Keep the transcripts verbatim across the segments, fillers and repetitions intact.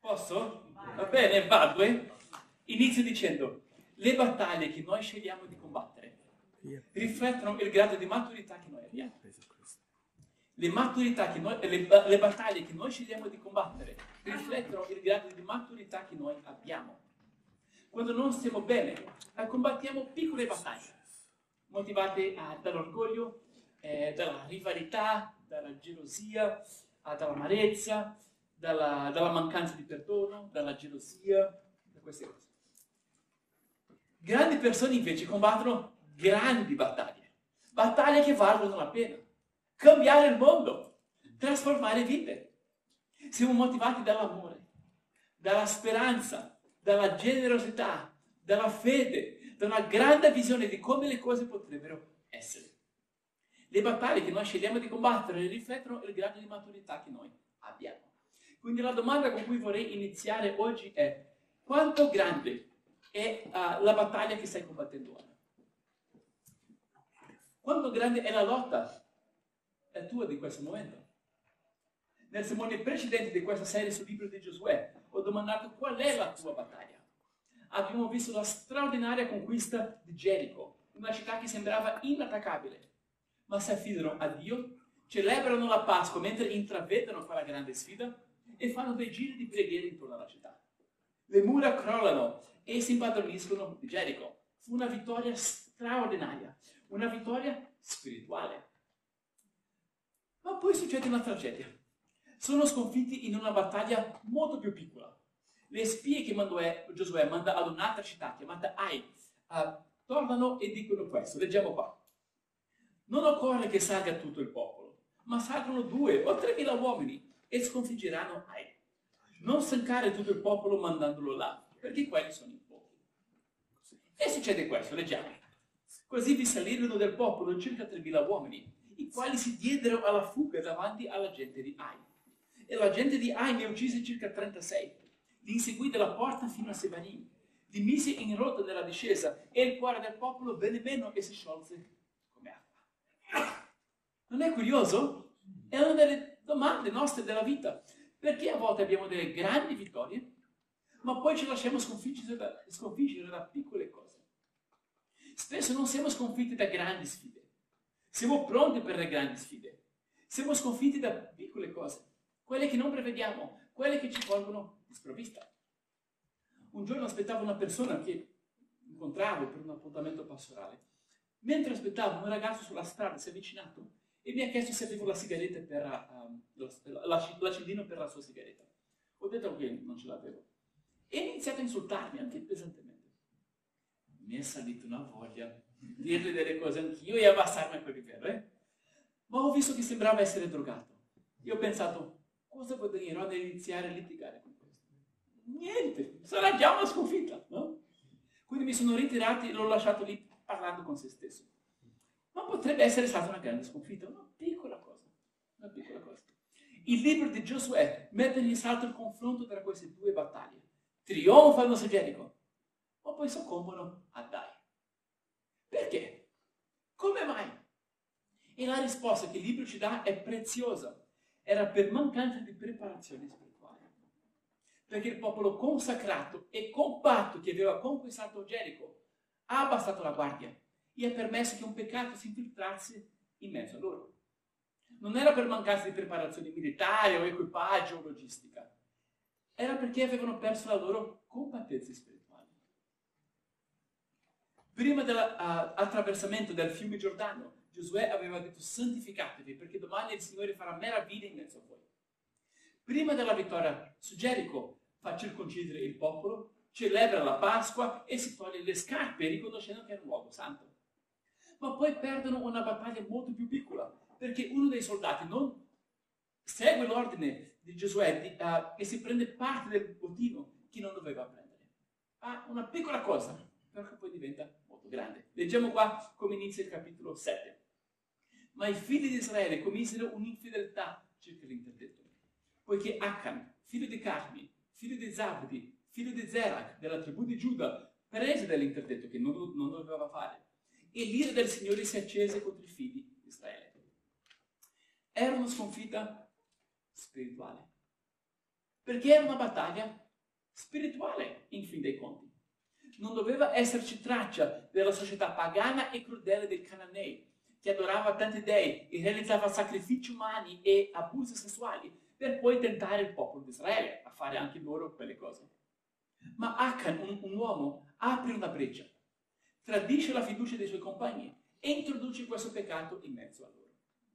Posso? Va bene, vado. eh? Inizio dicendo, le battaglie che noi scegliamo di combattere riflettono il grado di maturità che noi abbiamo. Le, maturità che noi, le, le battaglie che noi scegliamo di combattere riflettono il grado di maturità che noi abbiamo. Quando non stiamo bene, combattiamo piccole battaglie, motivate ah, dall'orgoglio, eh, dalla rivalità, dalla gelosia, ah, dall'amarezza, dalla, dalla mancanza di perdono, dalla gelosia, da queste cose. Grandi persone invece combattono grandi battaglie, battaglie che valgono la pena. Cambiare il mondo, trasformare vite. Siamo motivati dall'amore, dalla speranza, dalla generosità, dalla fede, da una grande visione di come le cose potrebbero essere. Le battaglie che noi scegliamo di combattere riflettono il grado di maturità che noi abbiamo. Quindi la domanda con cui vorrei iniziare oggi è: quanto grande è uh, la battaglia che stai combattendo ora? Quanto grande è la lotta è tua di questo momento? Nel sermone precedente di questa serie sul libro di Giosuè ho domandato qual è la tua battaglia. Abbiamo visto la straordinaria conquista di Gerico, una città che sembrava inattaccabile, ma si affidano a Dio, celebrano la Pasqua mentre intravedono quella grande sfida e fanno dei giri di preghiera intorno alla città. Le mura crollano e si impadroniscono di Gerico. Fu una vittoria straordinaria, una vittoria spirituale. Ma poi succede una tragedia. Sono sconfitti in una battaglia molto più piccola. Le spie che Mandoè, Giosuè manda ad un'altra città chiamata Ai uh, tornano e dicono questo. Leggiamo qua. Non occorre che salga tutto il popolo, ma salgono due o tremila uomini e sconfiggeranno Ai. Non stancare tutto il popolo mandandolo là, perché quelli sono in pochi. E succede questo, leggiamo. Così vi salirono del popolo circa tremila uomini, i quali si diedero alla fuga davanti alla gente di Ai. E la gente di Ai ne uccise circa trentasei. Li inseguì dalla porta fino a Sebarim. Li mise in rotta nella discesa e il cuore del popolo venne meno e si sciolse come acqua. Non è curioso? È una delle domande nostre della vita. Perché a volte abbiamo delle grandi vittorie, ma poi ci lasciamo sconfiggere da, sconfiggere da piccole cose? Spesso non siamo sconfitti da grandi sfide. Siamo pronti per le grandi sfide. Siamo sconfitti da piccole cose, quelle che non prevediamo, quelle che ci colgono di sprovvista. Un giorno aspettavo una persona che incontravo per un appuntamento pastorale. Mentre aspettavo, un ragazzo sulla strada si è avvicinato e mi ha chiesto se avevo la sigaretta per um, l'accendino per la sua sigaretta. Ho detto che non ce l'avevo. E ha iniziato a insultarmi anche pesantemente. Mi è salita una voglia di dirgli delle cose anch'io e abbassarmi a quel livello, eh? Ma ho visto che sembrava essere drogato. Io ho pensato, cosa guadagnerò nell'iniziare a litigare con questo? Niente, sarà già una sconfitta, no? Quindi mi sono ritirato e l'ho lasciato lì parlando con se stesso. Ma potrebbe essere stata una grande sconfitta, una piccola cosa, una piccola cosa. Il libro di Giosuè mette in salto il confronto tra queste due battaglie. Trionfano su Gerico, ma poi soccombono a Dai. Perché? Come mai? E la risposta che il libro ci dà è preziosa. Era per mancanza di preparazione spirituale. Perché il popolo consacrato e compatto che aveva conquistato Gerico ha abbassato la guardia e ha permesso che un peccato si infiltrasse in mezzo a loro. Non era per mancanza di preparazione militare o equipaggio o logistica. Era perché avevano perso la loro compattezza spirituale. Prima dell'attraversamento del fiume Giordano, Giosuè aveva detto: santificatevi, perché domani il Signore farà meraviglie in mezzo a voi. Prima della vittoria su Gerico, fa circoncidere il popolo, celebra la Pasqua e si toglie le scarpe, riconoscendo che è un luogo santo. Ma poi perdono una battaglia molto più piccola, perché uno dei soldati non segue l'ordine di Giosuè di, uh, e si prende parte del bottino che non doveva prendere. Fa una piccola cosa, però che poi diventa molto grande. Leggiamo qua come inizia il capitolo sette. Ma i figli di Israele commisero un'infedeltà circa l'interdetto, poiché Achan, figlio di Carmi, figlio di Zabdi, figlio di Zerach, della tribù di Giuda, prese dall'interdetto che non, non doveva fare, e l'ira del Signore si accese contro i figli di Israele. Era una sconfitta spirituale. perché era una battaglia spirituale, in fin dei conti. Non doveva esserci traccia della società pagana e crudele dei Cananei, che adorava tanti dei e realizzava sacrifici umani e abusi sessuali, per poi tentare il popolo di Israele a fare anche loro quelle cose. Ma Achan, un, un uomo, apre una breccia, tradisce la fiducia dei suoi compagni e introduce questo peccato in mezzo a loro.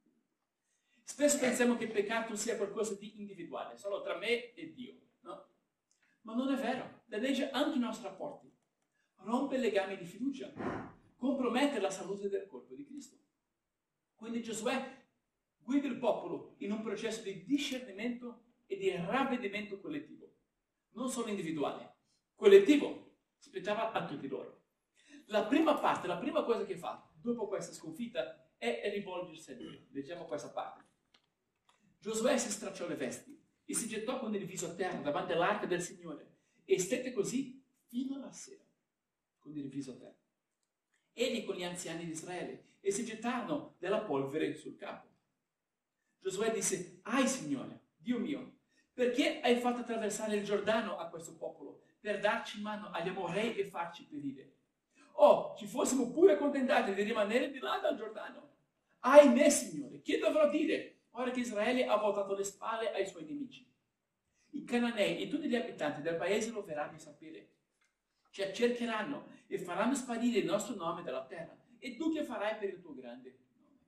Spesso pensiamo che il peccato sia qualcosa di individuale, solo tra me e Dio, no? Ma non è vero, danneggia anche i nostri rapporti, rompe legami di fiducia, compromette la salute del corpo di Cristo. Quindi Giosuè guida il popolo in un processo di discernimento e di ravvedimento collettivo, non solo individuale, collettivo, spettava a tutti loro. La prima parte, la prima cosa che fa dopo questa sconfitta è rivolgersi a Dio. Leggiamo questa parte. Giosuè si stracciò le vesti e si gettò con il viso a terra davanti all'arca del Signore e stette così fino alla sera, con il viso a terra. Egli con gli anziani di Israele e si gettarono della polvere sul capo. Giosuè disse: «Ahi, Signore, Dio mio, perché hai fatto attraversare il Giordano a questo popolo per darci in mano agli Amorrei e farci perire? Oh, ci fossimo pure accontentati di rimanere di là dal Giordano. Ahimè, Signore, che dovrò dire ora che Israele ha voltato le spalle ai suoi nemici? I Cananei e tutti gli abitanti del paese lo verranno a sapere. Ci accercheranno e faranno sparire il nostro nome dalla terra. E tu che farai per il tuo grande nome?»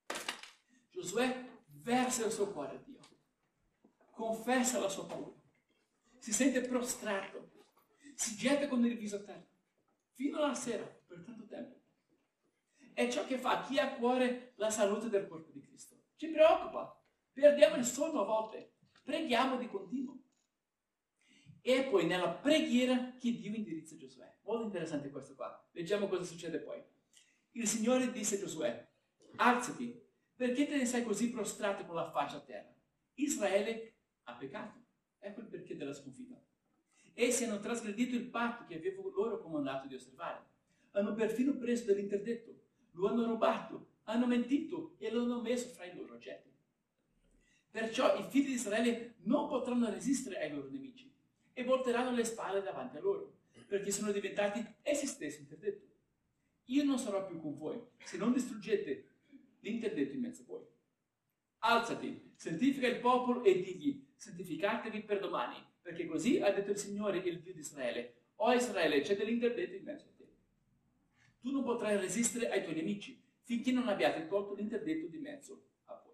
Giosuè versa il suo cuore a Dio, confessa la sua paura, si sente prostrato, si getta con il viso a terra, fino alla sera, per tanto tempo. È ciò che fa chi ha a cuore la salute del corpo di Cristo. Ci preoccupa, perdiamo il sonno a volte, preghiamo di continuo. E poi nella preghiera che Dio indirizza Giosuè. Molto interessante questo qua. Leggiamo cosa succede poi. Il Signore disse a Giosuè: «Alzati, perché te ne sei così prostrato con la faccia a terra? Israele ha peccato». Ecco il perché della sconfitta. Essi hanno trasgredito il patto che avevo loro comandato di osservare. Hanno perfino preso dell'interdetto, lo hanno rubato, hanno mentito e lo hanno messo fra i loro oggetti. Perciò i figli di Israele non potranno resistere ai loro nemici e volteranno le spalle davanti a loro, perché sono diventati essi stessi interdetto. Io non sarò più con voi, se non distruggete l'interdetto in mezzo a voi. Alzati, santifica il popolo e digli: santificatevi per domani, perché così ha detto il Signore, il Dio di Israele. O Israele, c'è dell'interdetto in mezzo a te. Tu non potrai resistere ai tuoi nemici, finché non abbiate tolto l'interdetto di mezzo a voi.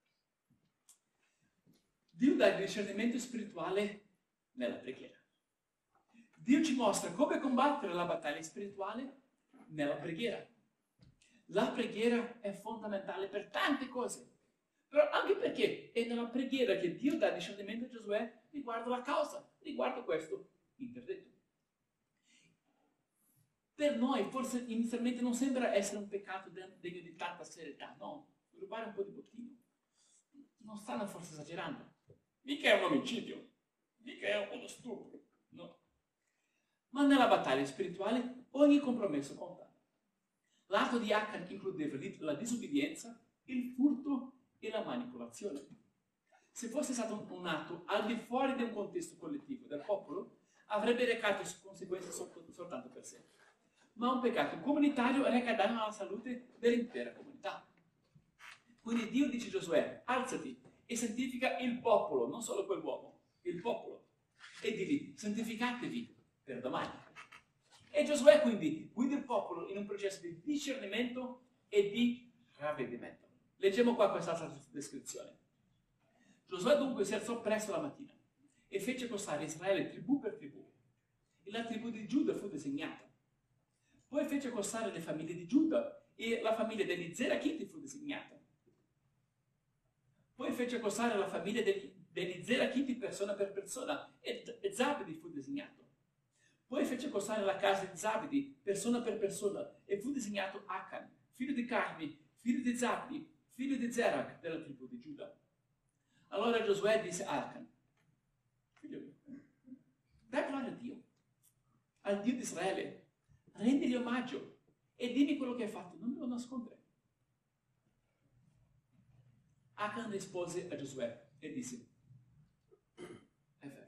Dio dà il discernimento spirituale nella preghiera. Dio ci mostra come combattere la battaglia spirituale nella preghiera. La preghiera è fondamentale per tante cose, però anche perché è nella preghiera che Dio dà discernimento a Giosuè riguardo la causa, riguardo questo interdetto. Per noi forse inizialmente non sembra essere un peccato degno di tanta serietà, no? Rubare un po' di bottino. Non stanno forse esagerando. Mica è un omicidio, mica è uno stupro, no? Ma nella battaglia spirituale ogni compromesso conta. L'atto di Achan includeva la disobbedienza, il furto e la manipolazione. Se fosse stato un atto al di fuori di un contesto collettivo del popolo, avrebbe recato conseguenze soltanto per sé. Ma un peccato comunitario reca danno alla salute dell'intera comunità. Quindi Dio dice a Giosuè: alzati e santifica il popolo, non solo quell'uomo, il popolo. E digli: santificatevi per domani. E Giosuè quindi guida il popolo in un processo di discernimento e di ravvedimento. Leggiamo qua quest'altra descrizione. Giosuè dunque si alzò presto la mattina e fece costare Israele tribù per tribù. E la tribù di Giuda fu designata. Poi fece costare le famiglie di Giuda e la famiglia degli Zerachiti fu designata. Poi fece costare la famiglia degli, degli Zerachiti persona per persona e, e Zabdi fu designato. Poi fece costare la casa di Zabdi persona per persona e fu designato Achan, figlio di Carmi, figlio di Zabdi, figlio di Zerach della tribù di Giuda. Allora Giosuè disse a Achan: figlio mio, dai gloria a Dio, al Dio di Israele, rendigli omaggio e dimmi quello che hai fatto, non me lo nascondere. Achan rispose a Giosuè e disse: è vero,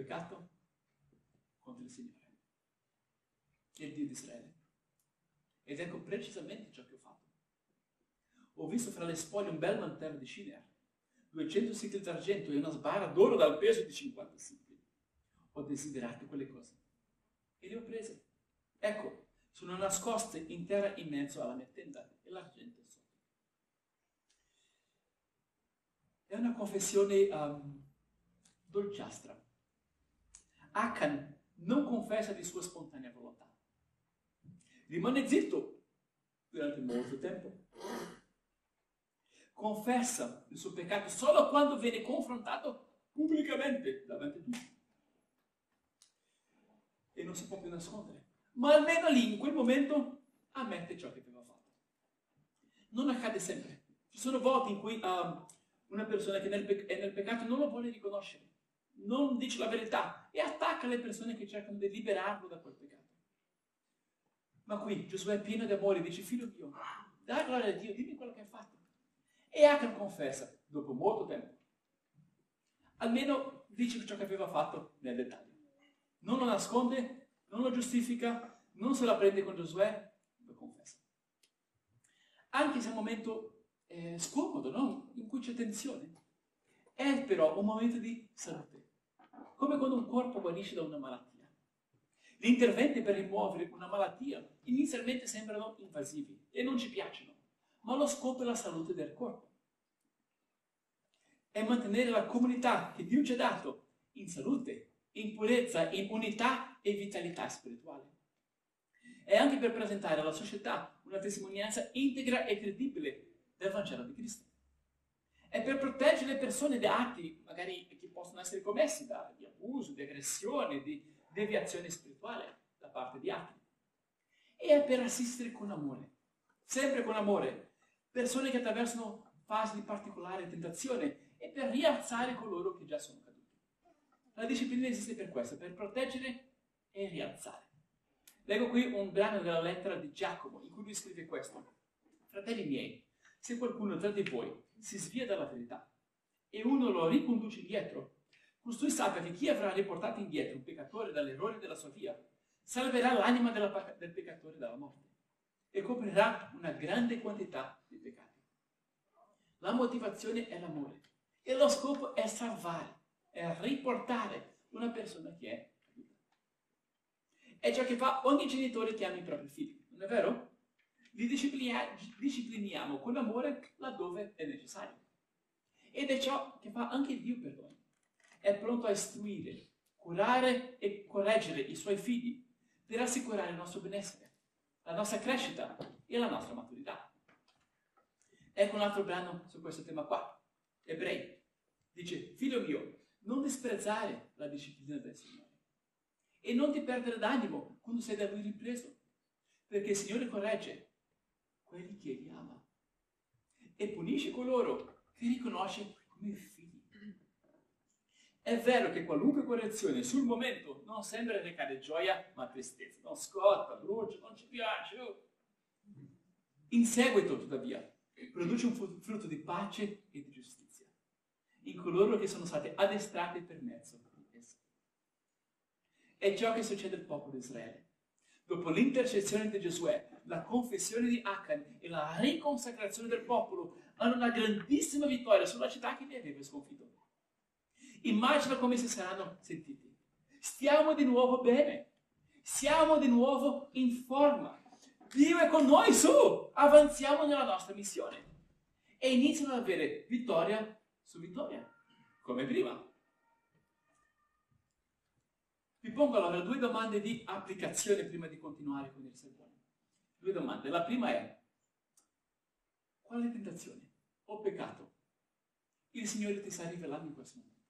peccato contro il Signore, il Dio di Israele. Ed ecco precisamente ciò che ho fatto. Ho visto fra le spoglie un bel mantello di Shinar, duecento sicli d'argento e una sbarra d'oro dal peso di cinquanta sicli. Ho desiderato quelle cose e le ho prese. Ecco, sono nascoste in terra in mezzo alla mia tenda e l'argento è sotto. È una confessione um, dolciastra. Achan non confessa di sua spontanea volontà. Rimane zitto durante molto tempo. Confessa il suo peccato solo quando viene confrontato pubblicamente davanti a tutti. E non si può più nascondere. Ma almeno lì, in quel momento, ammette ciò che aveva fatto. Non accade sempre. Ci sono volte in cui um, una persona che nel pe- è nel peccato non lo vuole riconoscere, non dice la verità e attacca le persone che cercano di liberarlo da quel peccato. Ma qui Giosuè è pieno di amore, dice: figlio mio, dai gloria a Dio, dimmi quello che hai fatto. E Achan confessa, dopo molto tempo. Almeno dice ciò che aveva fatto nel dettaglio. Non lo nasconde, non lo giustifica, non se la prende con Giosuè, lo confessa. Anche se è un momento eh, scomodo, no? In cui c'è tensione, è però un momento di salute. Come quando un corpo guarisce da una malattia. Gli interventi per rimuovere una malattia inizialmente sembrano invasivi e non ci piacciono, ma lo scopo è la salute del corpo. È mantenere la comunità che Dio ci ha dato in salute, in purezza, in unità e vitalità spirituale. È anche per presentare alla società una testimonianza integra e credibile del Vangelo di Cristo. È per proteggere le persone da atti magari che possono essere commessi, da, di abuso, di aggressione, di deviazione spirituale da parte di altri. E è per assistere con amore, sempre con amore, persone che attraversano fasi di particolare tentazione e per rialzare coloro che già sono caduti. La disciplina esiste per questo, per proteggere e rialzare. Leggo qui un brano della lettera di Giacomo in cui lui scrive questo: fratelli miei, se qualcuno tra di voi si svia dalla verità e uno lo riconduce indietro, costui sappia che chi avrà riportato indietro un peccatore dall'errore della sua via salverà l'anima della, del peccatore dalla morte e coprirà una grande quantità di peccati. La motivazione è l'amore e lo scopo è salvare, è riportare una persona che è caduta. È ciò che fa ogni genitore che ama i propri figli, non è vero? Li discipliniamo con amore laddove è necessario. Ed è ciò che fa anche Dio per noi. È pronto a istruire, curare e correggere i suoi figli per assicurare il nostro benessere, la nostra crescita e la nostra maturità. Ecco un altro brano su questo tema qua. Ebrei. Dice: figlio mio, non disprezzare la disciplina del Signore e non ti perdere d'animo quando sei da Lui ripreso, perché il Signore corregge quelli che Egli ama e punisce coloro che riconosce come figli. È vero che qualunque correzione sul momento non sembra recare gioia, ma tristezza. Non scotta, brucia, non ci piace. In seguito, tuttavia, produce un frutto di pace e di giustizia in coloro che sono stati addestrati per mezzo di esso. È ciò che succede al popolo di Israele. Dopo l'intercessione di Giosuè, la confessione di Achan e la riconsacrazione del popolo, hanno una grandissima vittoria sulla città che li aveva sconfitto. Immagina come si saranno sentiti. Stiamo di nuovo bene. Siamo di nuovo in forma. Dio è con noi, su! Avanziamo nella nostra missione. E iniziano ad avere vittoria su vittoria, come prima. Vi pongo allora due domande di applicazione prima di continuare con il sermone. Due domande. La prima è: quale tentazione o peccato il Signore ti sta rivelando in questo momento?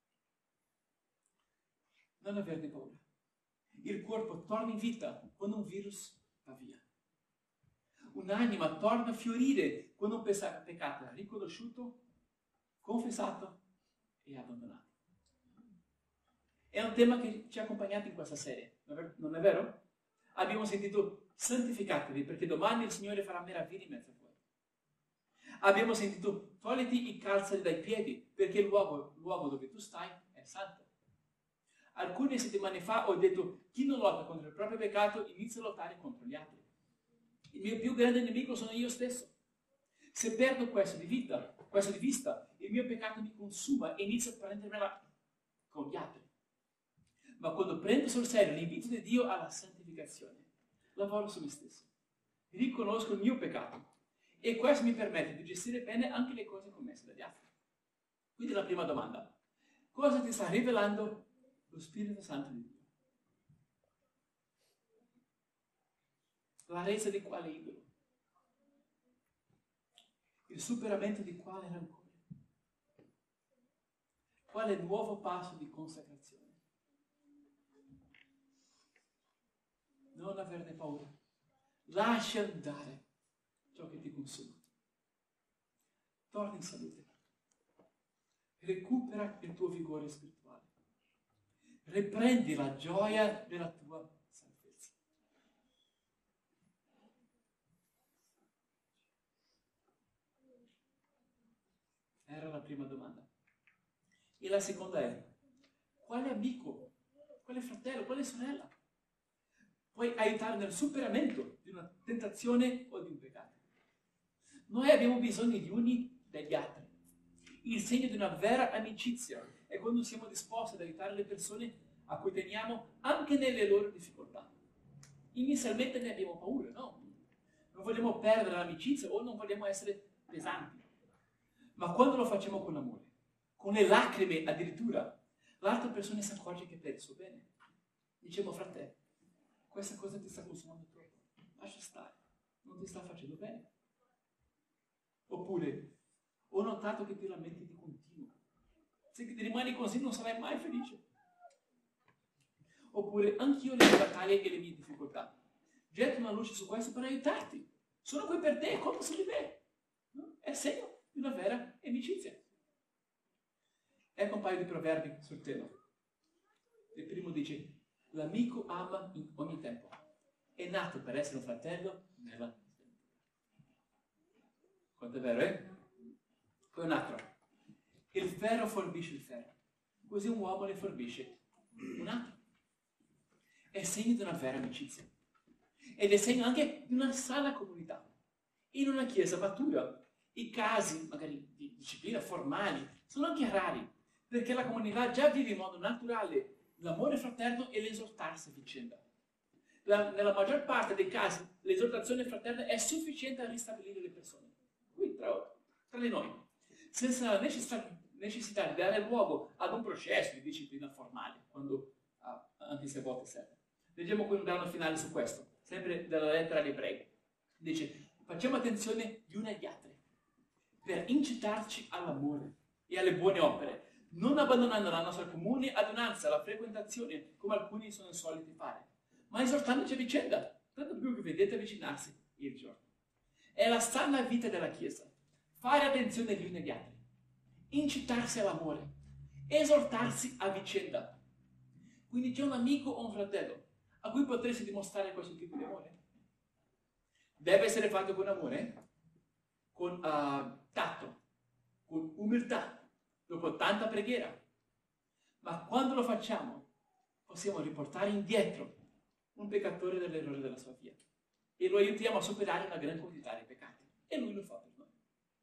Non averne paura. Il corpo torna in vita quando un virus va via. Un'anima torna a fiorire quando un peccato è riconosciuto, confessato e abbandonato. È un tema che ci ha accompagnato in questa serie, non è vero? Abbiamo sentito: santificatevi perché domani il Signore farà meraviglie in mezzo a voi. Abbiamo sentito: togliti i calzari dai piedi perché il luogo, il luogo dove tu stai è santo. Alcune settimane fa ho detto, chi non lotta contro il proprio peccato inizia a lottare contro gli altri. Il mio più grande nemico sono io stesso. Se perdo questo di vita, questo di vista, il mio peccato mi consuma e inizio a prendermela con gli altri. Ma quando prendo sul serio l'invito di Dio alla santificazione, lavoro su me stesso, riconosco il mio peccato e questo mi permette di gestire bene anche le cose commesse dagli altri. Quindi la prima domanda, cosa ti sta rivelando lo Spirito Santo di Dio? La resa di quale idolo? Il superamento di quale rancore? Quale nuovo passo di consacrazione? Non averne paura. Lascia andare ciò che ti consuma. Torna in salute. Recupera il tuo vigore spirituale. Riprendi la gioia della tua salvezza. Era la prima domanda. E la seconda è, quale amico, quale fratello, quale sorella puoi aiutare nel superamento di una tentazione o di un peccato? Noi abbiamo bisogno gli uni degli altri. Il segno di una vera amicizia è quando siamo disposti ad aiutare le persone a cui teniamo anche nelle loro difficoltà. Inizialmente ne abbiamo paura, no? Non vogliamo perdere l'amicizia o non vogliamo essere pesanti. Ma quando lo facciamo con amore, con le lacrime addirittura, l'altra persona si accorge che per il suo bene. Diciamo, fratello, questa cosa ti sta consumando troppo, lascia stare, non ti sta facendo bene. Oppure, ho notato che ti lamenti di continuo, se ti rimani così non sarai mai felice. Oppure, anch'io ho le mie battaglie e le mie difficoltà. Getto una luce su questo per aiutarti. Sono qui per te, come si deve. No? È segno di una vera amicizia. Ecco un paio di proverbi sul tema. Il primo dice, l'amico ama in ogni tempo. È nato per essere un fratello nella sventura. Quanto è vero, eh? Poi un altro. Il ferro forbisce il ferro. Così un uomo ne forbisce un altro. È segno di una vera amicizia. Ed è segno anche di una sana comunità. In una chiesa matura, i casi, magari di disciplina formali, sono anche rari, perché la comunità già vive in modo naturale l'amore fraterno e l'esortarsi a vicenda. La, nella maggior parte dei casi, l'esortazione fraterna è sufficiente a ristabilire le persone. Qui, tra, tra di noi, senza la necessità, necessità di dare luogo ad un processo di disciplina formale, quando, ah, anche se a volte serve. Leggiamo qui un brano finale su questo, sempre dalla lettera agli Ebrei. Dice, facciamo attenzione gli uni agli altri, per incitarci all'amore e alle buone opere, non abbandonando la nostra comune adunanza, la frequentazione, come alcuni sono soliti fare, ma esortandoci a vicenda, tanto più che vedete avvicinarsi il giorno. È la sana vita della Chiesa, fare attenzione gli uni agli altri, incitarsi all'amore, esortarsi a vicenda. Quindi c'è un amico o un fratello a cui potresti dimostrare questo tipo di amore. Deve essere fatto con amore, con uh, tatto, con umiltà, dopo tanta preghiera. Ma quando lo facciamo, possiamo riportare indietro un peccatore dall'errore della sua via e lo aiutiamo a superare una gran quantità di peccati. E lui lo fa per noi.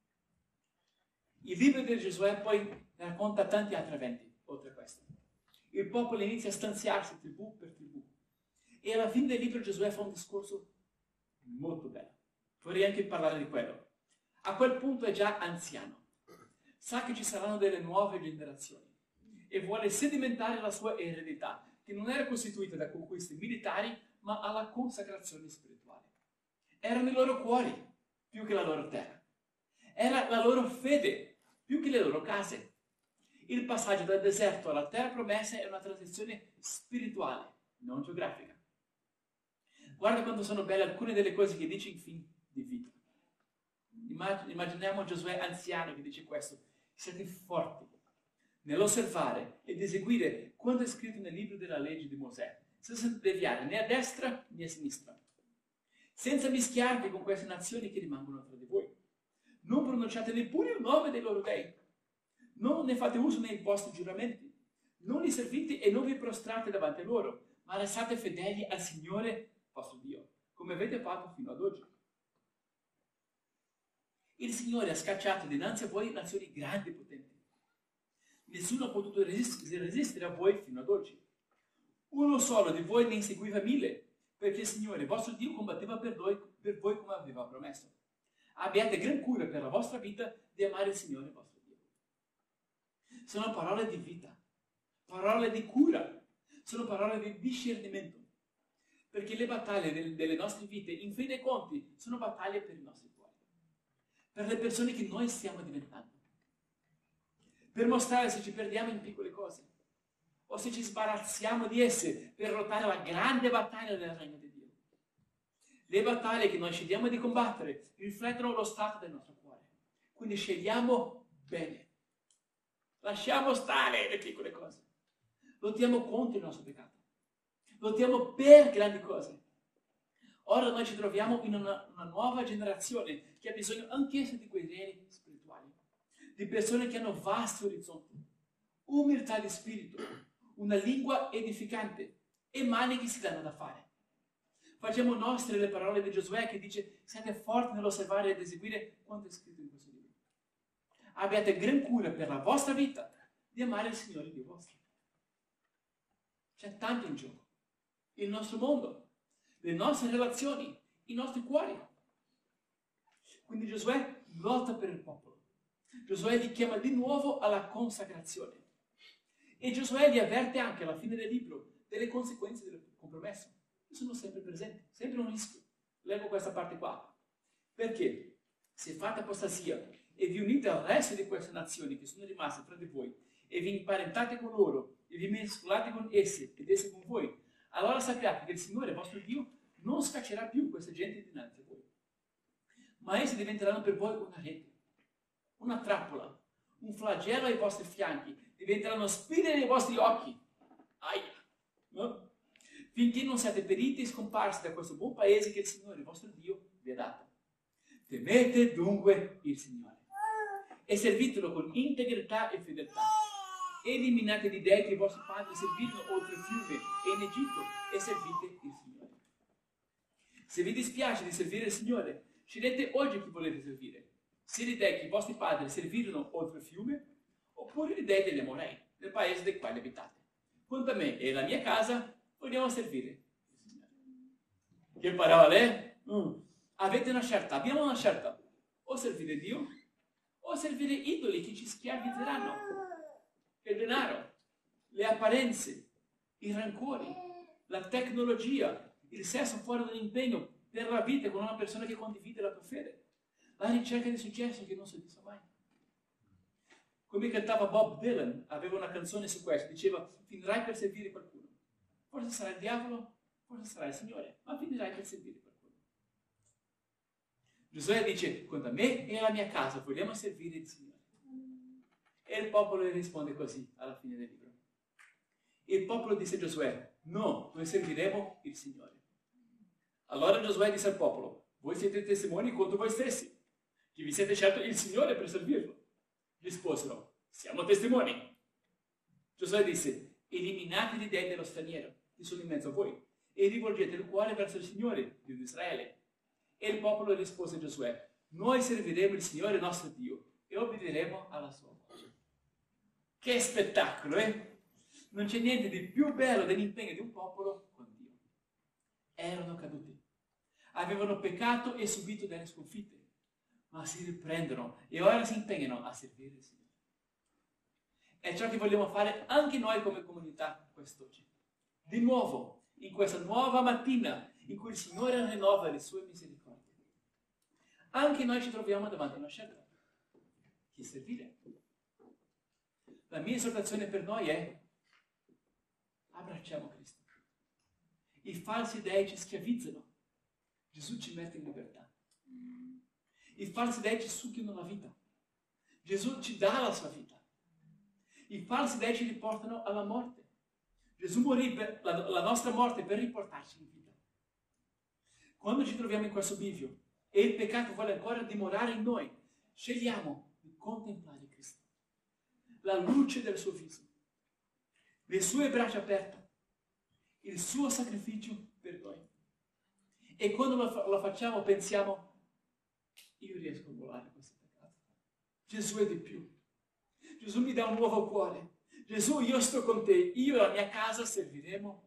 Il libro di Giosuè poi racconta tanti altri eventi, oltre a questo. Il popolo inizia a stanziarsi tribù per tribù. E alla fine del libro Giosuè fa un discorso molto bello. Vorrei anche parlare di quello. A quel punto è già anziano. Sa che ci saranno delle nuove generazioni e vuole sedimentare la sua eredità, che non era costituita da conquiste militari, ma alla consacrazione spirituale. Erano i loro cuori più che la loro terra. Era la loro fede più che le loro case. Il passaggio dal deserto alla terra promessa è una transizione spirituale, non geografica. Guarda quanto sono belle alcune delle cose che dice in fin di vita. Immaginiamo Giosuè anziano che dice questo. Siate forti nell'osservare ed eseguire quanto è scritto nel libro della legge di Mosè, senza deviare né a destra né a sinistra, senza mischiarvi con queste nazioni che rimangono tra di voi. Non pronunciate neppure il nome dei loro dei. Non ne fate uso nei vostri giuramenti. Non li servite e non vi prostrate davanti a loro, ma restate fedeli al Signore vostro Dio, come avete fatto fino ad oggi. Il Signore ha scacciato dinanzi a voi nazioni grandi e potenti. Nessuno ha potuto resist- resistere a voi fino ad oggi. Uno solo di voi ne inseguiva mille, perché il Signore vostro Dio combatteva per voi, per voi come aveva promesso. Abbiate gran cura per la vostra vita di amare il Signore vostro Dio. Sono parole di vita, parole di cura, sono parole di discernimento. Perché le battaglie del, delle nostre vite, in fin dei conti, sono battaglie per i nostri cuori, per le persone che noi stiamo diventando, per mostrare se ci perdiamo in piccole cose o se ci sbarazziamo di esse per lottare la grande battaglia del regno di Dio. Le battaglie che noi scegliamo di combattere riflettono lo stato del nostro cuore, quindi scegliamo bene, lasciamo stare le piccole cose, lottiamo contro il nostro peccato, lottiamo per grandi cose. Ora noi ci troviamo in una, una nuova generazione che ha bisogno anch'essa di guerrieri spirituali, di persone che hanno vasti orizzonti, umiltà di spirito, una lingua edificante e mani che si danno da fare. Facciamo nostre le parole di Giosuè che dice: siate forti nell'osservare ed eseguire quanto è scritto in questo libro. Abbiate gran cura per la vostra vita di amare il Signore Dio vostro. C'è tanto in gioco. Il nostro mondo, le nostre relazioni, i nostri cuori. Quindi Giosuè lotta per il popolo. Giosuè li chiama di nuovo alla consacrazione. E Giosuè li avverte anche alla fine del libro delle conseguenze del compromesso. Sono sempre presenti, sempre un rischio. Leggo questa parte qua. Perché se fate apostasia e vi unite al resto di queste nazioni che sono rimaste tra di voi e vi imparentate con loro e vi mescolate con esse ed esse con voi, allora sappiate che il Signore vostro Dio non scaccerà più questa gente dinanzi a voi, ma essi diventeranno per voi una rete, una trappola, un flagello ai vostri fianchi, diventeranno spine nei vostri occhi. Aia! No? Finché non siate periti e scomparsi da questo buon paese che il Signore vostro Dio vi ha dato. Temete dunque il Signore e servitelo con integrità e fedeltà. Eliminate gli dei che i vostri padri servirono oltre il fiume e in Egitto e servite il Signore. Se vi dispiace di servire il Signore, scegliete oggi chi volete servire. Se gli dei che i vostri padri servirono oltre il fiume, oppure gli dei degli Amorei, del paese del quale abitate. Quanto a me e la mia casa, vogliamo servire il Signore. Che parole? Mm. Avete una scelta, abbiamo una scelta. O servire Dio, o servire idoli che ci schiavizzeranno. Il denaro, le apparenze, i rancori, la tecnologia, il sesso fuori dall'impegno per la vita con una persona che condivide la tua fede, la ricerca di successo che non soddisfa mai. Come cantava Bob Dylan, aveva una canzone su questo, diceva: finirai per servire qualcuno. Forse sarà il diavolo, forse sarà il Signore, ma finirai per servire qualcuno. Giosuè dice: quanto a me e alla mia casa vogliamo servire il Signore. E il popolo gli risponde così alla fine del libro. Il popolo disse a Giosuè: no, noi serviremo il Signore. Allora Giosuè disse al popolo: voi siete testimoni contro voi stessi, che vi siete scelto il Signore per servirlo. Risposero: siamo testimoni. Giosuè disse: eliminate gli dei dello straniero che sono in mezzo a voi e rivolgete il cuore verso il Signore, Dio di Israele. E il popolo rispose a Giosuè: noi serviremo il Signore nostro Dio e obbederemo alla sua voce. Che spettacolo, eh? Non c'è niente di più bello dell'impegno di un popolo con Dio. Erano caduti, avevano peccato e subito delle sconfitte, ma si riprendono e ora si impegnano a servire il Signore. È ciò che vogliamo fare anche noi come comunità quest'oggi. Di nuovo, in questa nuova mattina in cui il Signore rinnova le sue misericordie. Anche noi ci troviamo davanti a una scelta. Chi servire? La mia esortazione per noi è: abbracciamo Cristo. I falsi dei ci schiavizzano. Gesù ci mette in libertà. I falsi dei ci succhiano la vita. Gesù ci dà la sua vita. I falsi dei ci riportano alla morte. Gesù morì per la, la nostra morte per riportarci in vita. Quando ci troviamo in questo bivio e il peccato vuole ancora dimorare in noi, scegliamo di contemplare Cristo, la luce del suo viso. le sue braccia aperte, il suo sacrificio per noi. E quando lo, fa- lo facciamo pensiamo, io riesco a volare questo peccato. Gesù è di più. Gesù mi dà un nuovo cuore. Gesù, io sto con te, io e la mia casa serviremo.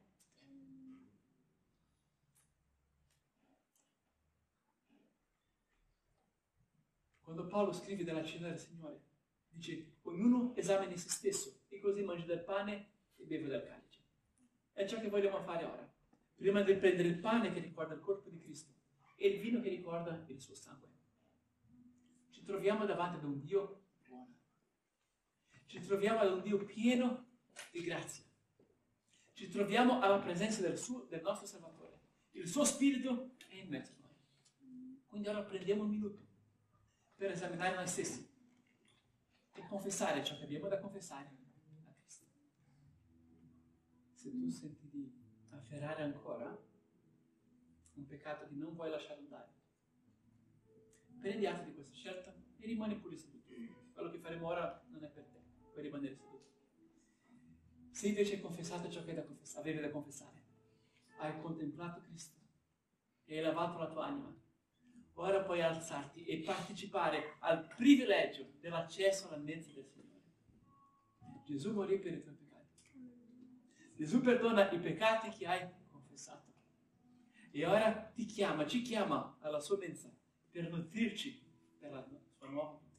Quando Paolo scrive della cena del Signore, dice, ognuno esamini se stesso e così mangi del pane e beve del calice. È ciò che vogliamo fare ora. Prima di prendere il pane che ricorda il corpo di Cristo e il vino che ricorda il suo sangue. Ci troviamo davanti ad un Dio buono. Ci troviamo ad un Dio pieno di grazia. Ci troviamo alla presenza del, suo, del nostro Salvatore. Il suo Spirito è in mezzo a noi. Quindi ora prendiamo un minuto per esaminare noi stessi e confessare ciò che abbiamo da confessare a Cristo. Se tu senti di afferrare ancora un peccato che non vuoi lasciare andare, prendi atto di questa scelta e rimani pure seduto. Quello che faremo ora non è per te, puoi rimanere seduto. Se invece hai confessato ciò che da confessare, avevi da confessare, hai contemplato Cristo e hai lavato la tua anima, ora puoi alzarti e partecipare al privilegio dell'accesso alla mensa del Signore. Gesù morì per i tuoi peccati. Gesù perdona i peccati che hai confessato. E ora ti chiama, ci chiama alla sua mensa per nutrirci per la sua nuova